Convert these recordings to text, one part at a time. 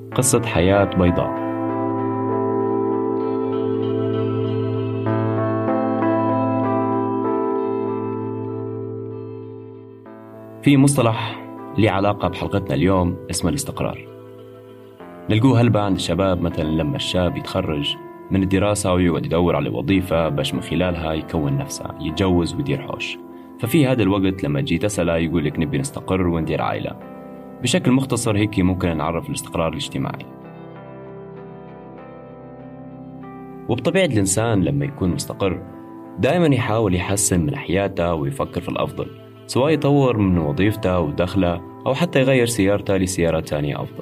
قصة حياة بيضاء. في مصطلح لي علاقة بحلقتنا اليوم اسمه الاستقرار. نلقوه هلبا عند الشباب، مثلا لما الشاب يتخرج من الدراسة ويقعد يدور على وظيفة باش من خلالها يكون نفسه، يتجوز ويدير حوش. ففي هذا الوقت لما تجي تسأله يقول لك نبي نستقر وندير عائلة. بشكل مختصر هيك ممكن نعرف الاستقرار الاجتماعي. وبطبيعة الإنسان لما يكون مستقر دائما يحاول يحسن من حياته ويفكر في الأفضل، سواء يطور من وظيفته ودخله أو حتى يغير سيارته لسيارة تانية أفضل.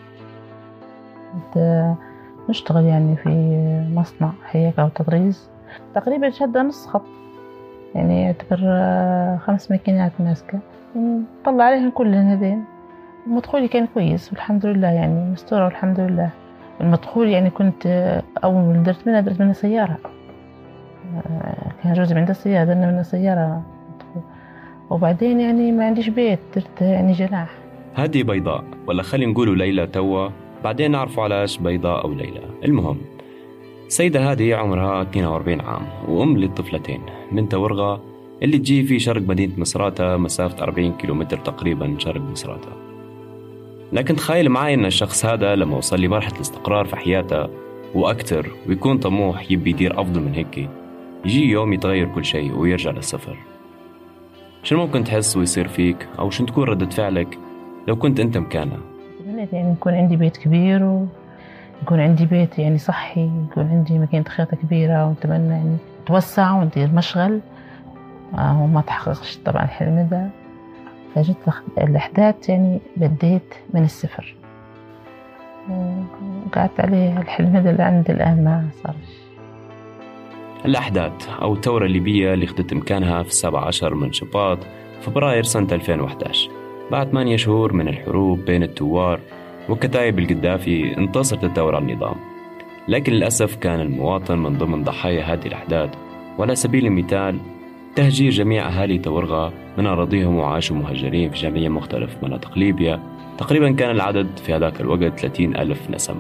نشتغل يعني في مصنع حياكة أو تطريز، تقريبا شادة نص خط، يعني يعتبر 5 ماكينات ماسكة، نطلع عليهم كلهن هذين. مدخولي كان كويس والحمد لله، يعني مستورة والحمد لله. المدخول يعني كنت أول ما درت منها سيارة، كان جوزي عنده سيارة، درنا منها سيارة. وبعدين يعني ما عنديش بيت، درت يعني جناح. هذه بيضاء، ولا خلي نقولوا ليلى توا، بعدين نعرفوا علاش بيضاء أو ليلى. المهم السيدة هذه عمرها 42 عام وأم للطفلتين، بنت ورغة اللي تجي في شرق مدينة مصراتة، مسافة 40 كيلومتر تقريبا شرق مصراتة. لكن تخيل معي أن الشخص هذا لما وصل لمرحلة الاستقرار في حياته وأكتر، ويكون طموح يبي يدير أفضل من هيك، يجي يوم يتغير كل شيء ويرجع للصفر. شو ممكن تحس ويصير فيك، أو شو تكون ردة فعلك لو كنت أنت مكانه؟ تمنيت يعني يكون عندي بيت كبير، ويكون عندي بيت يعني صحي، يكون عندي مكينة خياطة كبيرة، ونتمنى يعني توسع وندير مشغل. وما تحققش طبعا الحلم ده، فجت الأحداث يعني بديت من الصفر، وقعدت عليه الحلم ده اللي عندي الآن ما صارش. الأحداث أو الثورة الليبية اللي أخذت مكانها في 17 من شباط فبراير سنة 2011، بعد 8 شهور من الحروب بين الثوار وكتائب القذافي، انتصرت الثورة على النظام. لكن للأسف كان المواطن من ضمن ضحايا هذه الأحداث. وعلى سبيل المثال تهجير جميع أهالي تورغة من أراضيهم، وعاشوا مهجرين في جميع مختلف مناطق ليبيا. تقريبا كان العدد في هذاك الوقت 30,000 نسمة.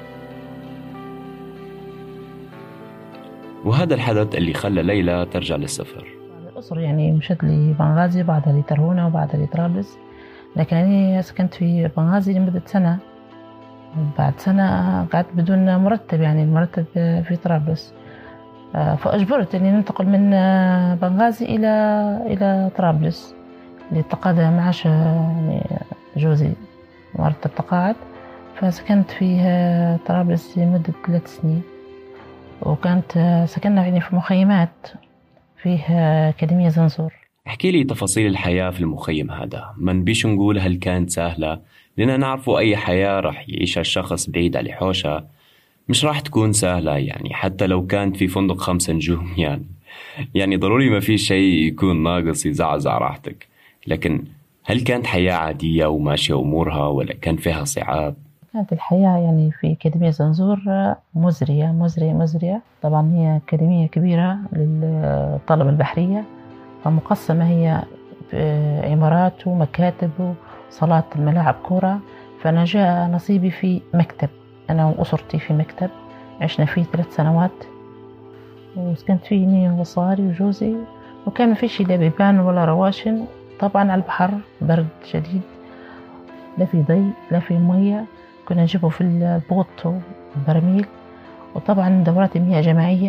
وهذا الحدث اللي خلى ليلى ترجع للسفر. الأسر يعني مشت لي بنغازي، بعدها لترهونة، وبعدها لطرابلس. لكن أنا سكنت في بنغازي لمدة سنة، وبعد سنة قعدت بدون مرتب، يعني المرتب في طرابلس. فأجبرت أني ننتقل من بنغازي إلى طرابلس لتقاضى معاش يعني جوزي، مرتب تقاعد. فسكنت في طرابلس لمدة 3 سنين، وكانت سكننا يعني في مخيمات فيها أكاديمية زنزور. احكي لي تفاصيل الحياة في المخيم هذا. ما نبيش نقول هل كانت سهلة، لأننا نعرفوا أي حياة راح يعيشها الشخص بعيد على حوشة مش راح تكون سهلة، يعني حتى لو كانت في فندق 5 نجوم يعني ضروري ما في شيء يكون ناقص يزعزع راحتك. لكن هل كانت حياة عادية وماشية أمورها، ولا كان فيها صعاب؟ كانت الحياة يعني في أكاديمية زنزور مزرية مزرية مزرية. طبعا هي أكاديمية كبيرة للطلبة البحرية، فمقسمة هي عمارات ومكاتب وصالات ملاعب كرة. فأنا جاء نصيبي في مكتب، أنا وأسرتي في مكتب عشنا فيه 3 سنوات، وسكنت فيه إني وصاري وجوزي. وكان ما فيش لا بيبان ولا رواشن، طبعا على البحر برد شديد، لا في ضي لا في مية. كنا نجيبه في البوط والبراميل، وطبعا دورات المياه جماعية.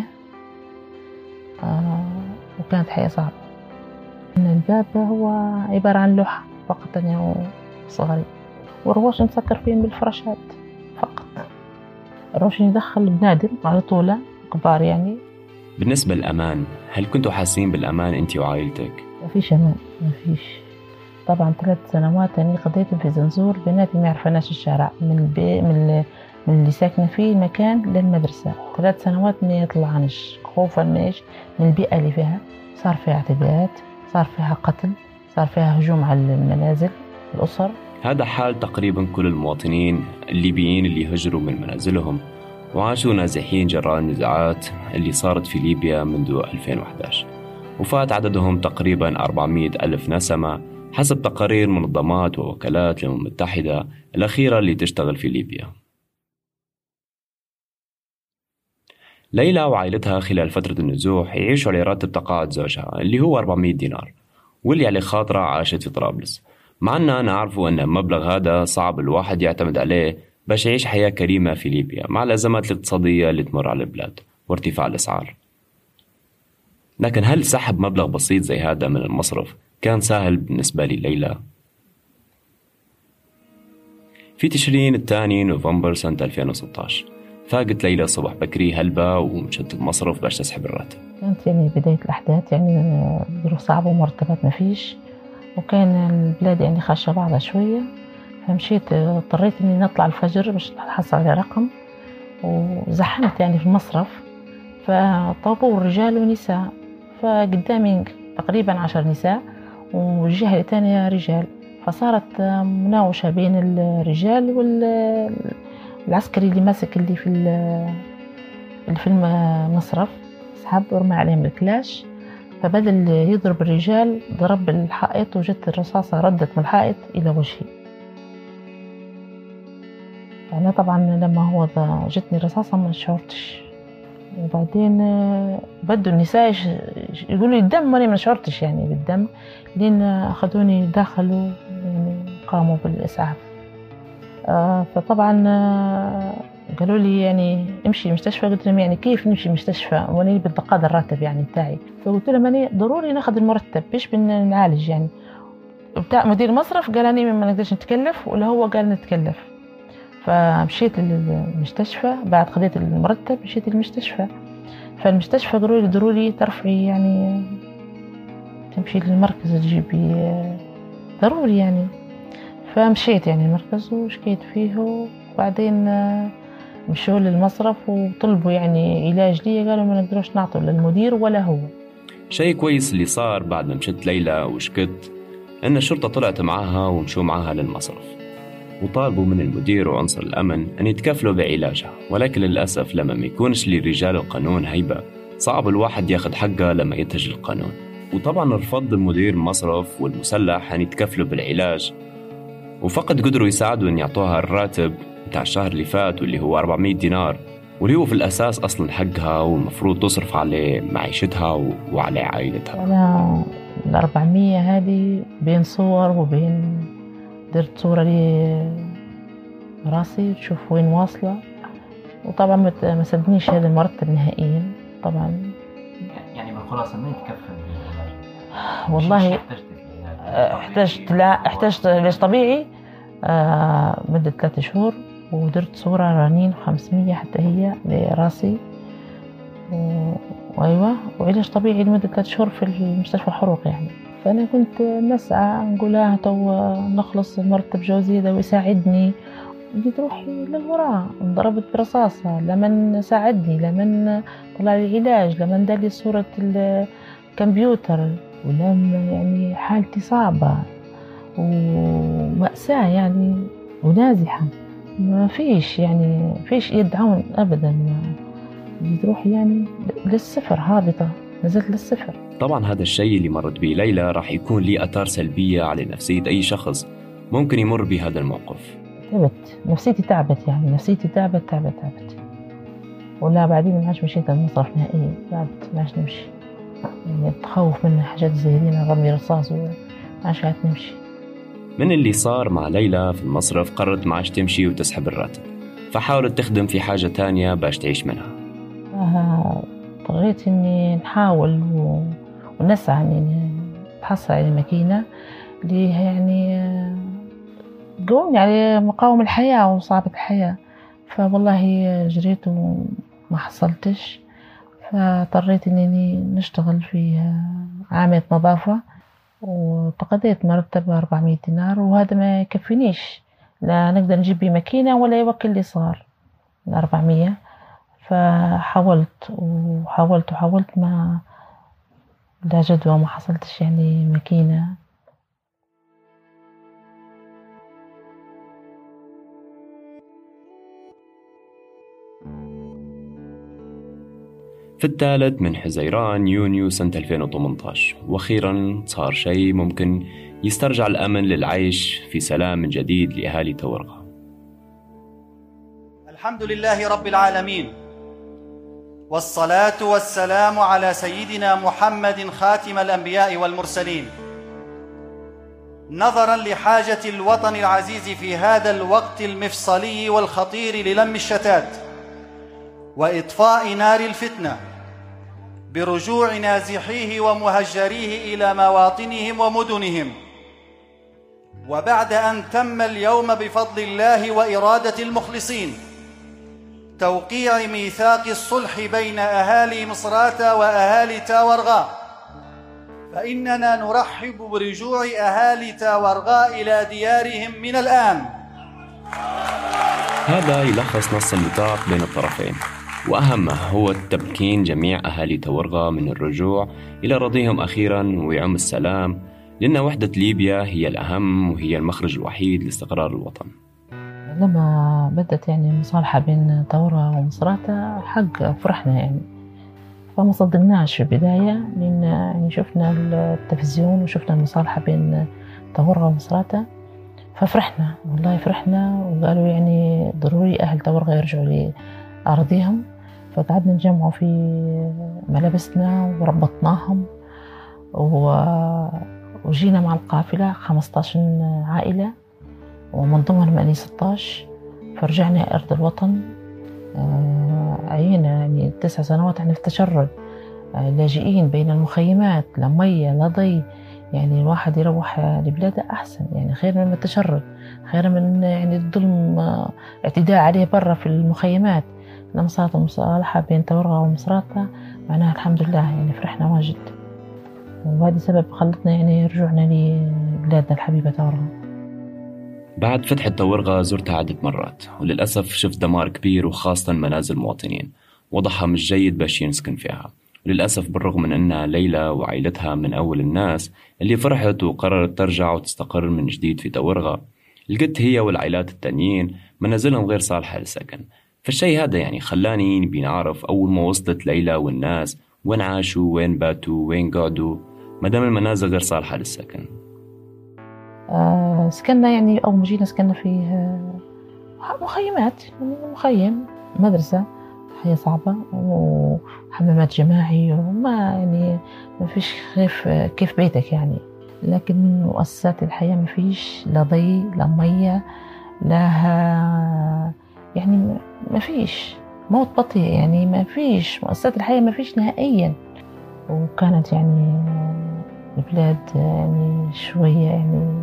وكانت حياة صعبة. الباب هو عبارة عن لوحة فقط أنا وصغري، والرواش نسكر فيهم بالفراشات فقط. الرواش يدخل بنادم على طوله كبار يعني. بالنسبة للأمان، هل كنتوا حاسين بالأمان أنت وعائلتك؟ ما فيش أمان، ما فيش. طبعا 3 سنوات أنا قضيتهم في زنزور، بناتي ما يعرفناش الشارع من اللي ساكنة فيه المكان للمدرسة. 3 سنوات ما يطلعنش، خوفا من البيئة اللي فيها. صار فيها اعتداءات، صار فيها قتل، صار فيها هجوم على المنازل الأسر. هذا حال تقريبا كل المواطنين الليبيين اللي هجروا من منازلهم وعاشوا نازحين جراء النزاعات اللي صارت في ليبيا منذ 2011، وفات عددهم تقريبا 400,000 نسمة حسب تقارير منظمات ووكالات الأمم المتحدة الأخيرة اللي تشتغل في ليبيا. ليلى وعائلتها خلال فترة النزوح يعيشوا على راتب تقاعد زوجها اللي هو 400 دينار، واللي على خاطرها عاشت في طرابلس، مع أننا نعرفوا أن المبلغ هذا صعب الواحد يعتمد عليه باش يعيش حياة كريمة في ليبيا مع الأزمات الاقتصادية اللي تمر على البلاد وارتفاع الأسعار. لكن هل سحب مبلغ بسيط زي هذا من المصرف كان سهل بالنسبة لليلى؟ في تشرين الثاني نوفمبر سنة 2016 فاقت ليلى الصبح بكري هلبة ومشت المصرف باش تسحب الراتب. كانت يعني بداية الأحداث، يعني ظروف صعبة ومرتبات ما فيش، وكان البلاد يعني خاشة بعضها شوية، فمشيت اضطريت إني نطلع الفجر باش نحصل على رقم، وزحمت يعني في المصرف، فطابور رجال ونساء، فقدامي تقريبا 10 نساء والجهة الثانية رجال، فصارت مناوشة بين الرجال والعسكري اللي ماسك اللي في المصرف، سحب ورمى عليهم الكلاش، فبدل يضرب الرجال ضرب الحائط، وجت الرصاصة ردت من الحائط إلى وجهي. أنا طبعا لما هو جتني رصاصة ما شعرتش، وبعدين بدوا النساء يقولوا لي الدم، وأنا ما شعرتش يعني بالدم، لين أخذوني داخلوا يعني قاموا بالإسعاف. فطبعا قالوا لي يعني امشي المستشفى، قلت لهم يعني كيف نمشي المستشفى وانا بتقاضى الراتب يعني بتاعي، فقلت لهم أنا ضروري ناخذ المرتب باش بنعالج يعني. بتاع مدير المصرف قال أنا ما نقدرش نتكلف، ولا هو قال نتكلف. فمشيت للمستشفى بعد قضيت المرتب، مشيت للمستشفى، فالمستشفى قالوا لي ضروري ترفعي يعني تمشي للمركز تجيبي ضروري يعني. فمشيت يعني المركز وشكيت فيه، وبعدين مشوا للمصرف وطلبوا يعني علاج لي، قالوا ما نقدروش نعطوا للمدير ولا هو. شيء كويس اللي صار بعد ما مشت ليلى وشكت ان الشرطة طلعت معها ومشوا معها للمصرف، وطالبوا من المدير وعنصر الأمن أن يتكفلوا بعلاجها، ولكن للأسف لما ما يكونش لرجال القانون هيبة صعب الواحد ياخد حقه لما يتهج القانون. وطبعا رفض المدير المصرف والمسلح أن يتكفلوا بالعلاج، وفقط قدروا يساعدوا أن يعطوها الراتب بتاع الشهر اللي فات واللي هو 400 دينار، واللي هو في الأساس أصلا حقها والمفروض تصرف عليه معيشتها وعلى عائلتها. أنا 400 هذه بين صور، وبين درت صورة لي راسي تشوف وين واصلة، وطبعا ما سدنيش هذا المرتب نهائيا طبعا. يعني بالخلاصة ما يتكفل والله احتجت علاج طبيعي مدة 3 شهور، ودرت صورة رنين 500 حتى هي لراسي، وأيوة وعلاج طبيعي لمدة 3 شهور في المستشفى الحروق يعني. فأنا كنت نسعى نقولها تو نخلص مرتب جوزي ده ويساعدني، جيت روحي للوراء انضربت برصاصة، لمن ساعدني، لمن طلع لي علاج، لمن دالي صورة الكمبيوتر، ولم يعني حالتي صعبة ومأساة يعني ونازحة، ما فيش يعني فيش يد عون أبدا، جيت روحي يعني للصفر، هابطة، نزلت للصفر. طبعا هذا الشيء اللي مرت به ليلى راح يكون ليه أثار سلبية على نفسية أي شخص ممكن يمر بهذا الموقف. تعبت نفسيتي، تعبت يعني نفسيتي تعبت ولا بعدين ما عادش مشيت المصرف نهائيا، تعبت ما عادش نمشي يعني، تخوف من حاجات زي دي، رمي رصاص وما عادش نمشي. من اللي صار مع ليلى في المصرف قررت ما عادش تمشي وتسحب الراتب، فحاولت تخدم في حاجة تانية باش تعيش منها. اضطريت اني نحاول ونسعى اني نحصل على ماكينة اللي يعني قومني على مقاوم الحياة وصعوبة الحياة، فوالله جريت وما حصلتش، فاضطريت اني نشتغل في عاملة نظافة، وتقاضيت مرتب 400 دينار، وهذا ما يكفينيش لا نقدر نجيب بيه ماكينة ولا يوكل لي صغار 400. فحاولت ما لا جدوى، ما حصلتش يعني ماكينة. في 3 من حزيران يونيو سنة 2018 وأخيرا صار شيء ممكن يسترجع الأمن للعيش في سلام من جديد لأهالي تورغة. الحمد لله رب العالمين، والصلاة والسلام على سيدنا محمد خاتم الأنبياء والمرسلين. نظراً لحاجة الوطن العزيز في هذا الوقت المفصلي والخطير للم الشتات وإطفاء نار الفتنة برجوع نازحيه ومهجريه إلى مواطنهم ومدنهم، وبعد أن تم اليوم بفضل الله وإرادة المخلصين توقيع ميثاق الصلح بين أهالي مصراتة وأهالي تاورغا، فإننا نرحب برجوع أهالي تاورغا إلى ديارهم من الآن. هذا يلخص نص الميثاق بين الطرفين، وأهمه هو تمكين جميع أهالي تاورغا من الرجوع إلى أراضيهم أخيراً ويعم السلام، لأن وحدة ليبيا هي الأهم وهي المخرج الوحيد لاستقرار الوطن. لما بدت يعني المصالحة بين تاورغا ومصراتة حق فرحنا يعني، فما صدقناش في البداية، لأن يعني شفنا التلفزيون وشفنا المصالحة بين تاورغا ومصراتة ففرحنا، والله فرحنا، وقالوا يعني ضروري أهل تاورغا يرجعوا لأراضيهم. فقعدنا نجمعوا في ملابسنا وربطناهم وجينا مع القافلة 15 عائلة ومن ضمنهم أني 16. فرجعنا أرض الوطن. عينا يعني 9 سنوات احنا في تشرد، لاجئين بين المخيمات، لا مية لا ضي، يعني الواحد يروح لبلاده أحسن، يعني خير من التشرد، خير من يعني الظلم، اعتداء عليه برا في المخيمات. لما صارت المصالحة بين تاورغا ومصراتة معناها الحمد لله يعني فرحنا واجد، وهذا سبب خلتنا يعني رجوعنا لبلادنا الحبيبة تاورغا. بعد فتح تاورغا زرتها عدة مرات، وللأسف شفت دمار كبير وخاصة منازل المواطنين وضعها مش جيد باش ينسكن فيها. وللأسف بالرغم من أن ليلى وعائلتها من أول الناس اللي فرحت وقررت ترجع وتستقر من جديد في تاورغا، لقيت هي والعائلات التانيين منازلهم غير صالحة للسكن. فالشيء هذا يعني خلاني نبي نعرف أول ما وصلت ليلى والناس وين عاشوا، وين باتوا، وين قعدوا مدام المنازل غير صالحة للسكن. سكننا يعني أول ما جينا سكننا في مخيمات، مخيم مدرسة، حياة صعبة وحمامات جماعي، وما يعني ما فيش كيف بيتك يعني. لكن مؤسسات الحياة ما فيش، لا ضي لا مية لا يعني ما فيش، موت بطيء يعني، ما فيش مؤسسات الحياة ما فيش نهائيا. وكانت يعني البلاد يعني شوية يعني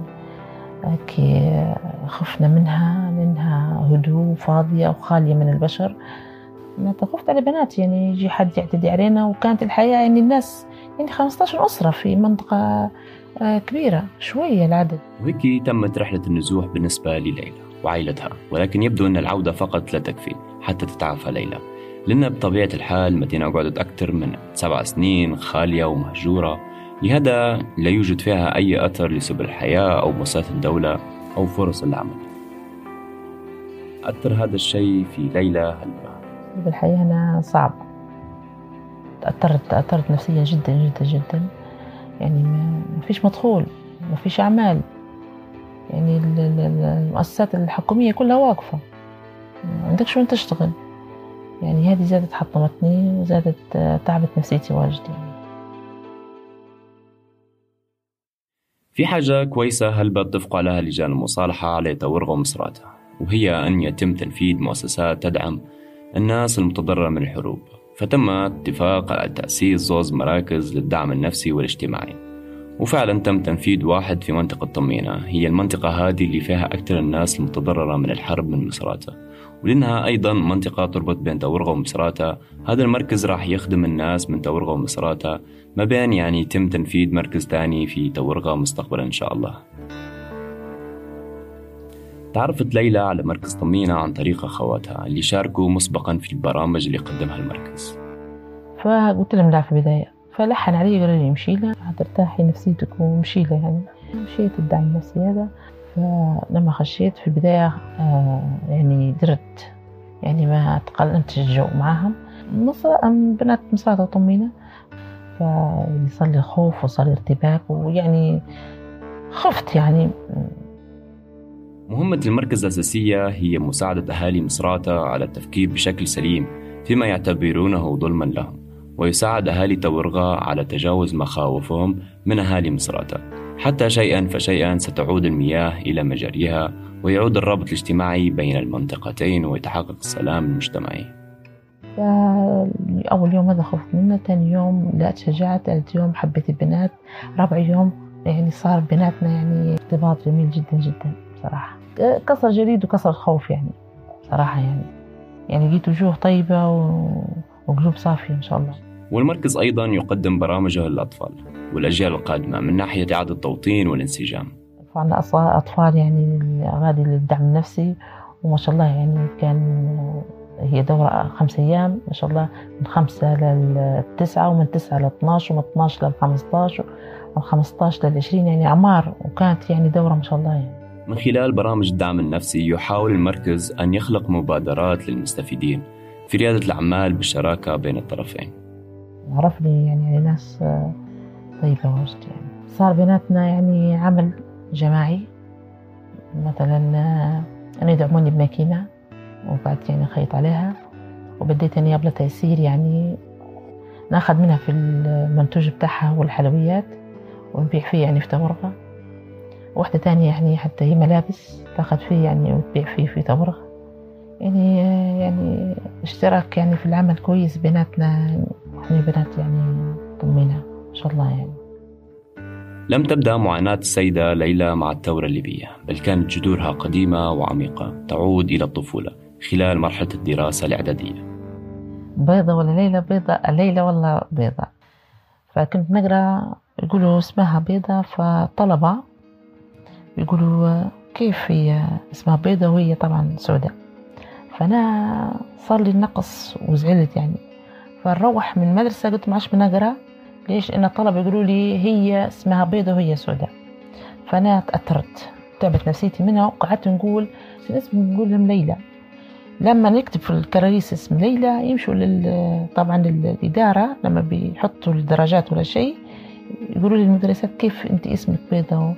خفنا منها لأنها هدوء فاضية وخالية من البشر. ما خفت على بنات يعني يجي حد يعتدي علينا، وكانت الحياة يعني الناس يعني 15 أسرة في منطقة كبيرة شوية العدد. وهيك تمت رحلة النزوح بالنسبة لليلى وعائلتها، ولكن يبدو أن العودة فقط لا تكفي حتى تتعافى ليلى، لأن بطبيعة الحال مدينة قعدت أكثر من 7 سنين خالية ومهجورة، لهذا لا يوجد فيها أي أثر لسبل الحياة أو مؤسسات الدولة أو فرص العمل. أثر هذا الشيء في ليلى هلا؟ بالحياة أنا صعب، تأثرت نفسيا جدا جدا جدا، يعني ما فيش مدخول، ما فيش أعمال، يعني المؤسسات الحكومية كلها واقفة، ما عندكش وين تشتغل، يعني هذه زادت حطمتني وزادت تعبت نفسيتي واجد يعني. في حاجة كويسة هل بتفق عليها لجان المصالحة على تاورغا ومصراتة، وهي أن يتم تنفيذ مؤسسات تدعم الناس المتضررة من الحروب. فتم اتفاق على تأسيس زوز مراكز للدعم النفسي والاجتماعي، وفعلا تم تنفيذ واحد في منطقة طمينة، هي المنطقة هذه اللي فيها أكثر الناس المتضررة من الحرب من مصراتة، ولأنها أيضا منطقة تربط بين تاورغا ومصراتة. هذا المركز راح يخدم الناس من تاورغا ومصراتة، ما بين يعني يتم تنفيذ مركز تاني في تاورغا مستقبلا إن شاء الله. تعرفت ليلى على مركز طمينة عن طريق أخواتها اللي شاركوا مسبقا في البرامج اللي قدمها المركز. فقلت لهم لا في البداية، فلحن علي قال لي امشي له هترتاحي نفسيتك ومشي له، يعني مشيت الدعم النفسي هذا. فلما خشيت في البداية يعني درت، يعني ما تقلمتش الجو معاهم، بنات مصراتة وطمينة، فصار لي خوف وصار لي ارتباك، ويعني خفت يعني. مهمة المركز الأساسية هي مساعدة أهالي مصراتة على التفكير بشكل سليم فيما يعتبرونه ظلما لهم، ويساعد أهالي تورغا على تجاوز مخاوفهم من أهالي مصراتة، حتى شيئا فشيئا ستعود المياه إلى مجاريها ويعود الرابط الاجتماعي بين المنطقتين ويتحقق السلام المجتمعي. أول يوم هذا خفت منه، تاني يوم لا تشجعت، ثالث يوم حبيت البنات، رابع يوم يعني صار بيناتنا يعني ارتباط جميل جدا جدا بصراحة. كسر جليد وكسر الخوف يعني صراحة، يعني لقيت وجوه طيبة وقلوب صافية إن شاء الله. والمركز أيضا يقدم برامجه للأطفال والأجيال القادمة من ناحية إعادة التوطين والانسجام. عندنا أطفال يعني غادي للدعم النفسي، وما شاء الله يعني كان هي دورة 5 أيام ما شاء الله، من 5 ل9 ومن 9 ل12 ومن 12 ل15 ومن 15 ل20 يعني أعمار، وكانت يعني دورة ما شاء الله يعني. من خلال برامج الدعم النفسي يحاول المركز أن يخلق مبادرات للمستفيدين في ريادة الأعمال بالشراكة بين الطرفين. عرفني يعني ناس طيبة واجد، يعني صار بيناتنا يعني عمل جماعي، مثلا أنا يدعموني بماكينة وبعد يعني خيط عليها، وبديت أني قبل تيسير يعني ناخذ منها في المنتوج بتاعها والحلويات ونبيع فيه يعني في تورغة. واحدة تانية يعني حتى هي ملابس تاخذ فيه يعني وتبيع فيه في تورغة. يعني اشتراك يعني في العمل كويس بيناتنا، احنا بنات يعني طمينا ما شاء الله يعني. لم تبدأ معاناة السيدة ليلى مع الثورة الليبية، بل كانت جذورها قديمة وعميقة تعود إلى الطفولة خلال مرحلة الدراسة الإعدادية. بيضة ولا ليلى؟ بيضة ليلى ولا بيضة؟ فكنت نقرأ يقولوا اسمها بيضة، فطلبة يقولوا كيف هي اسمها بيضة وهي طبعا سوداء. فأنا صار لي النقص وزعلت يعني، فنروح من المدرسة قلت ما عادش بنقرأ. ليش؟ إن الطلبة يقولوا لي هي اسمها بيضة وهي سوداء. فأنا تأثرت، تعبت نفسيتي منها، وقعدت نقول نقول لهم ليلى. لما نكتب في الكراريس اسم ليلى يمشوا طبعا للإدارة، لما بيحطوا الدرجات ولا شيء يقولوا لي المدرسات كيف أنت اسمك بيضة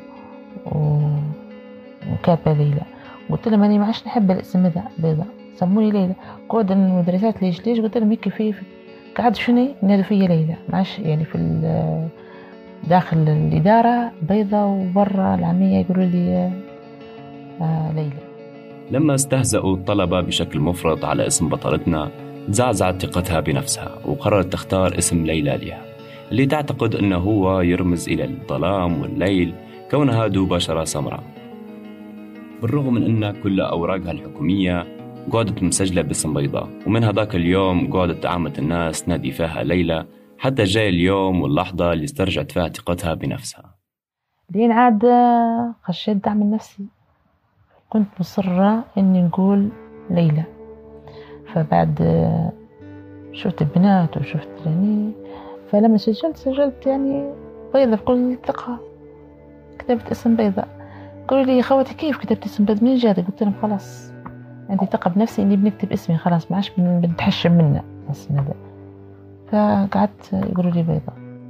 وكاتبة ليلى. قلت لهم أنا ما عادش نحب الاسم ده بيضة، سموني ليلى. قعد المدرسات ليش قلت لهم هيك في قعد شنو ينادوا فيا ليلى، معاش يعني في داخل الإدارة بيضة وبرا العامية يقولوا لي ليلى. لما استهزأوا الطلبة بشكل مفرط على اسم بطلتنا زعزعت ثقتها بنفسها، وقررت تختار اسم ليلى لها، اللي تعتقد أنه هو يرمز إلى الظلام والليل كونها ذو بشرة سمراء. بالرغم من أن كل أوراقها الحكومية قعدت مسجلة باسم بيضاء، ومن هذاك اليوم قعدت عامة الناس نادي فيها ليلى، حتى جاء اليوم واللحظة اللي استرجعت فيها ثقتها بنفسها. لين عاد خشيت الدعم النفسي، كنت مصرة إني نقول ليلى. فبعد شفت البنات وشفت يعني، فلما سجلت يعني بيضة بكل ثقة، كتبت اسم بيضة. قالوا لي خواتي كيف كتبت اسم بيضة من جادة؟ قلت لهم خلاص عندي ثقة بنفسي إني بنكتب اسمي، خلاص ما عادش بنتحشم منه اسم هذا. فقعدت يقولوا لي بيضة.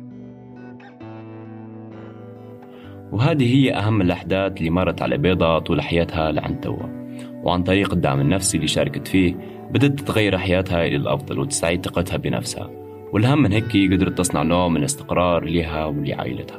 وهذه هي أهم الأحداث اللي مرت على بيضة طول حياتها لعند توا، وعن طريق الدعم النفسي اللي شاركت فيه بدأت تتغير حياتها إلى الأفضل وتستعيد ثقتها بنفسها، والأهم من هيك قدرت تصنع نوع من الاستقرار لها ولعائلتها.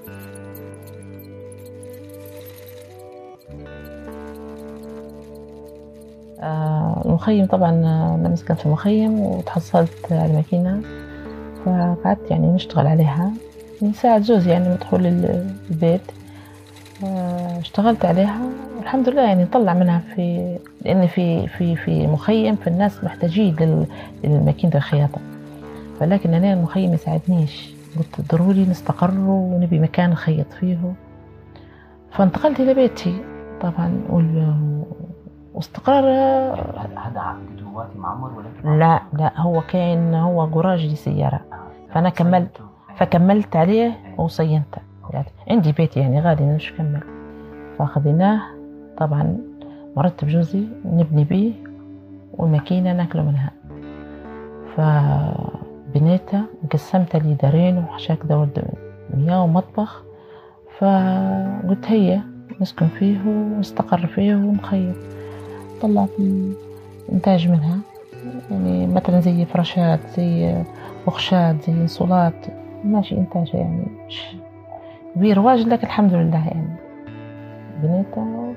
المخيم طبعا أنا مسكنت في مخيم وتحصلت على ماكينة، فقعدت يعني نشتغل عليها نساعد زوجي يعني مدخول البيت. اشتغلت عليها والحمد لله يعني نطلع منها، لأن في مخيم فالناس محتاجين للماكينة الخياطة، ولكن أنا المخيم يساعدنيش، قلت ضروري نستقر ونبي مكان نخيط فيه. فانتقلت إلى بيتي طبعا واستقرار. هذا عقد هواتي معمر ولا؟ لا هو جراج لسيارة، فأنا فكملت عليه وصينته يعني عندي بيتي يعني غادي مش كمل. فأخذناه طبعا مرتب جوزي نبني بيه والماكينة ناكله منها. فبنيته وقسمته لي دارين وحشاك دور مياه ومطبخ، فقلت هيا نسكن فيه ونستقر فيه ونخيط. طلعت الإنتاج منها يعني مثلا زي فراشات، زي بخشات، زي انسولات، ماشي إنتاجها يعني مش كبير واجد، لكن الحمد لله يعني بنيتها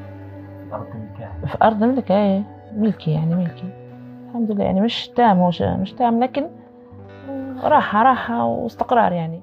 في أرض ملكي، ملكي يعني ملكي الحمد لله، يعني مش تام، مش تام، لكن راحة واستقرار يعني.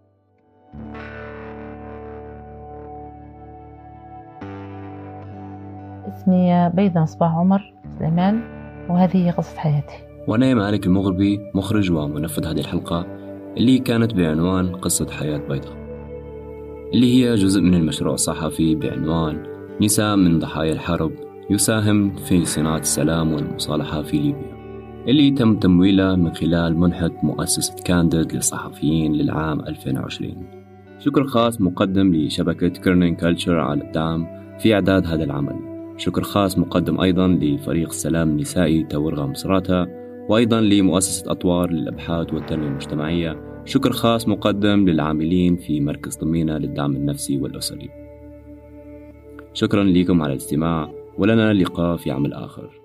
اسمي بيضة مصباح عمر سليمان، وهذه هي قصة حياتي. وأنا مالك المغربي، مخرج ومنفذ هذه الحلقة اللي كانت بعنوان قصة حياة بيضة، اللي هي جزء من المشروع الصحفي بعنوان نساء من ضحايا الحرب يساهم في صناعة السلام والمصالحة في ليبيا، اللي تم تمويله من خلال منحة مؤسسة كانديد للصحفيين للعام 2020. شكر خاص مقدم لشبكة كيرنين كلتشر على الدعم في إعداد هذا العمل. شكر خاص مقدم أيضا لفريق السلام النسائي تورغة مصراتة، وأيضا لمؤسسة أطوار للأبحاث والتنمية المجتمعية. شكر خاص مقدم للعاملين في مركز طمينة للدعم النفسي والأسري. شكرا لكم على الاستماع، ولنا لقاء في عمل آخر.